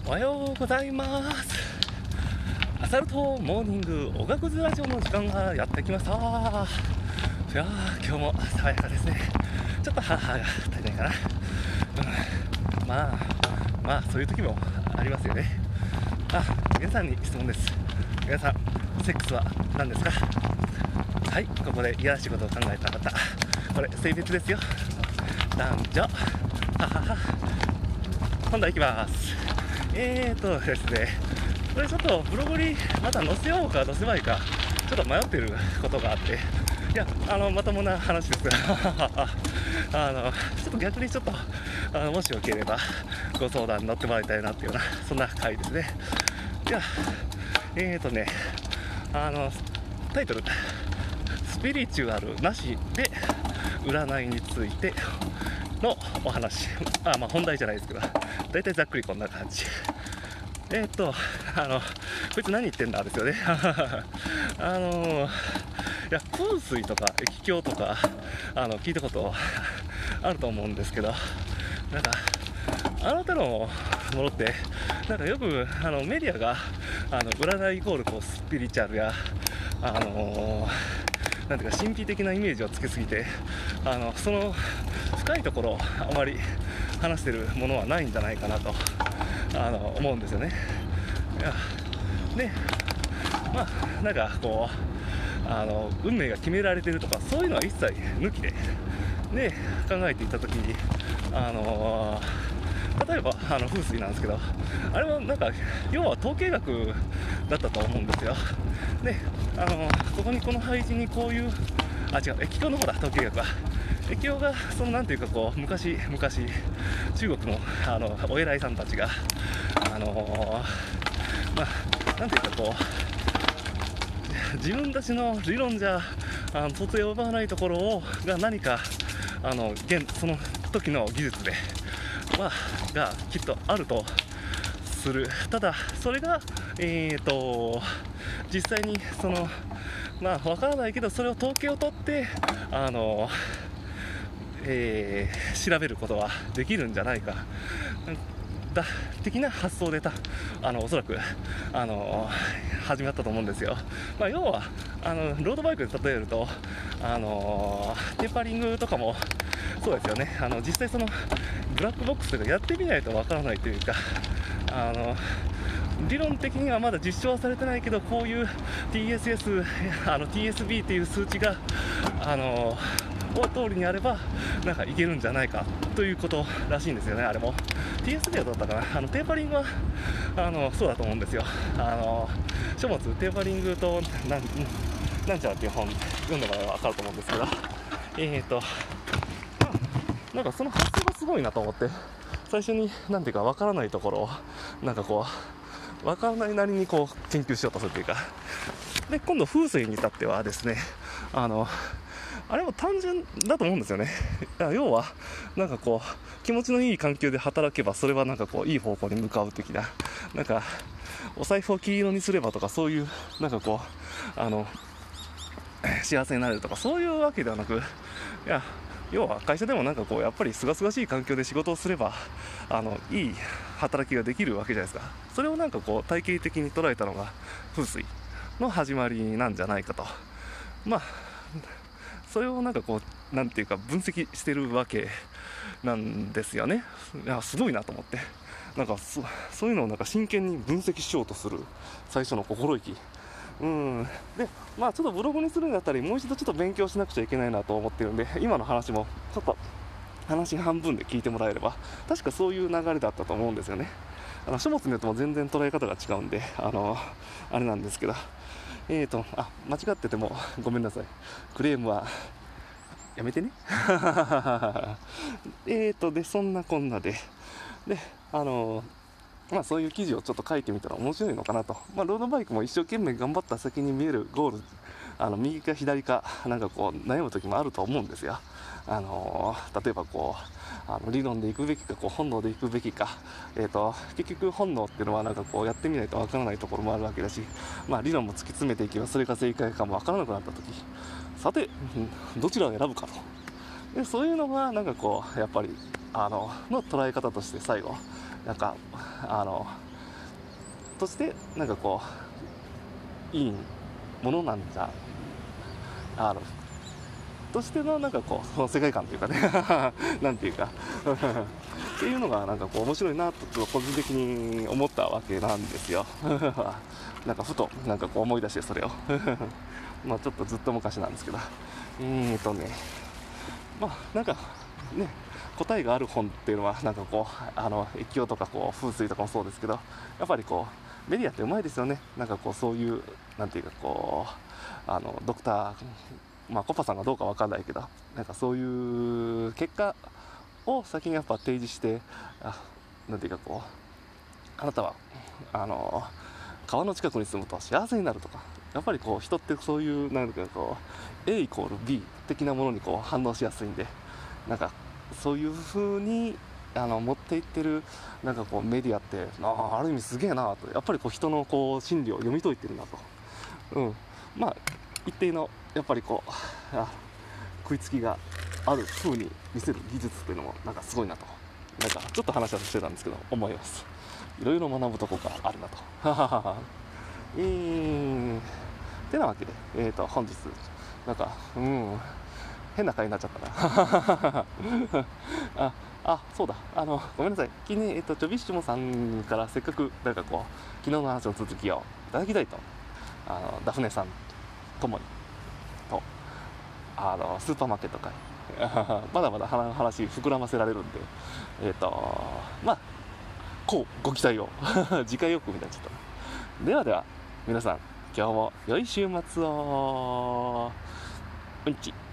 おはようございます。アサルトモーニングおがくずラジオの時間がやってきました。いやー、今日も爽やかですね。ちょっと母が足りないかな、まあそういう時もありますよね。皆さんに質問です。皆さん、セックスは何ですか？はい、ここでいやらしいことを考えた方、これ性別ですよ。男女。今度は行きます。ですね、これちょっとブログにまた載せようか載せまいかちょっと迷ってることがあって、まともな話ですがちょっと逆にちょっともしよければご相談に乗ってもらいたいなっていうような、そんな回ですね。タイトル、スピリチュアルなしで占いについてのお話。本題じゃないですけど、だいたいざっくりこんな感じ。こいつ何言ってんだですよね。風水とか易経とか聞いたことあると思うんですけど、あなたのものってよくメディアが占いイコールスピリチュアルやなんていうか神秘的なイメージをつけすぎて、その深いところをあまり話してるものはないんじゃないかなと思うんですよね。運命が決められてるとかそういうのは一切抜きで、考えていったときに例えば風水なんですけど、あれも要は統計学だったと思うんですよ。ここにこの配置にこういう易経の方だ、統計学は。易経が昔中国のお偉いさんたちが自分たちの理論じゃとて呼ばないところが何かその時の技術でがきっとあるとする。ただそれが実際にわからないけど、それを統計を取って調べることはできるんじゃないか的な発想でおそらく始まったと思うんですよ。要はロードバイクで例えるとテーパリングとかもそうですよね。実際そのブラックボックスとかやってみないとわからないというか、理論的にはまだ実証はされてないけど、こういう TSB っていう数値が通りにあればいけるんじゃないかということらしいんですよね。あれも TSB はどうだったかな。テーパリングはそうだと思うんですよ。書物テーパリングとなんちゃらっていう本読んでもらえば分かると思うんですけど、その発想がすごいなと思って、最初に分からないところを分からないなりに研究しようとするというか。で、今度風水に至ってはですね、あれも単純だと思うんですよね。要は気持ちのいい環境で働けばそれはいい方向に向かう的な、お財布を黄色にすればとか、そういう幸せになれるとかそういうわけではなく、要は会社でもやっぱり清々しい環境で仕事をすればいい働きができるわけじゃないですか。それを体系的に捉えたのが風水の始まりなんじゃないかと。それを分析してるわけなんですよね。すごいなと思って、そういうのを真剣に分析しようとする最初の心意気。で、ちょっとブログにするんだったりもう一度ちょっと勉強しなくちゃいけないなと思ってるんで、今の話もちょっと話半分で聞いてもらえれば、確かそういう流れだったと思うんですよね。書物によっても全然捉え方が違うんであれなんですけど、間違っててもごめんなさい。クレームはやめてね。で、そんなこんなで、そういう記事をちょっと書いてみたら面白いのかなと。ロードバイクも一生懸命頑張った先に見えるゴール、右か左か悩む時もあると思うんですよ。例えば理論で行くべきか本能で行くべきか、結局本能っていうのはやってみないとわからないところもあるわけだし、理論も突き詰めていけばそれが正解かもわからなくなった時、さてどちらを選ぶかと。で、そういうのがやっぱりの捉え方として最後としてなんかこういいものなんじゃとしてのなんかこうその世界観というかねなんていうかっていうのがなんかこう面白いなとちょっと個人的に思ったわけなんですよなんかふとなんかこう思い出してそれをまあちょっとずっと昔なんですけどまあなんかね答えがある本っていうのはなんかこう越境とかこう風水とかもそうですけど、やっぱりこうメディアってうまいですよね。なんかこうそういうなんていうかこうドクターまあコパさんがどうかわかんないけど、なんかそういう結果を先にやっぱ提示して、なんていうかこうあなたは川の近くに住むと幸せになるとか、やっぱりこう人ってそういうなんかこう A イコール B 的なものにこう反応しやすいんで、なんかそういう風に持っていってるなんかこうメディアってある意味すげえなと、やっぱりこう人のこう心理を読み解いてるなと、まあ一定のやっぱりこう食いつきがある風に見せる技術っていうのもなんかすごいなと、なんかちょっと話はしてたんですけど思います。いろいろ学ぶとこがあるなとてなわけで、本日なんか変な回になっちゃったなそうだごめんなさい、昨日ちょびっしもさんからせっかくなんかこう昨日の話の続きをいただきたいとダフネさんともにとスーパーマーケット会まだまだ話膨らませられるんでまあこうご期待を次回予告になっちゃったな。ではでは皆さん今日も良い週末を。うんち。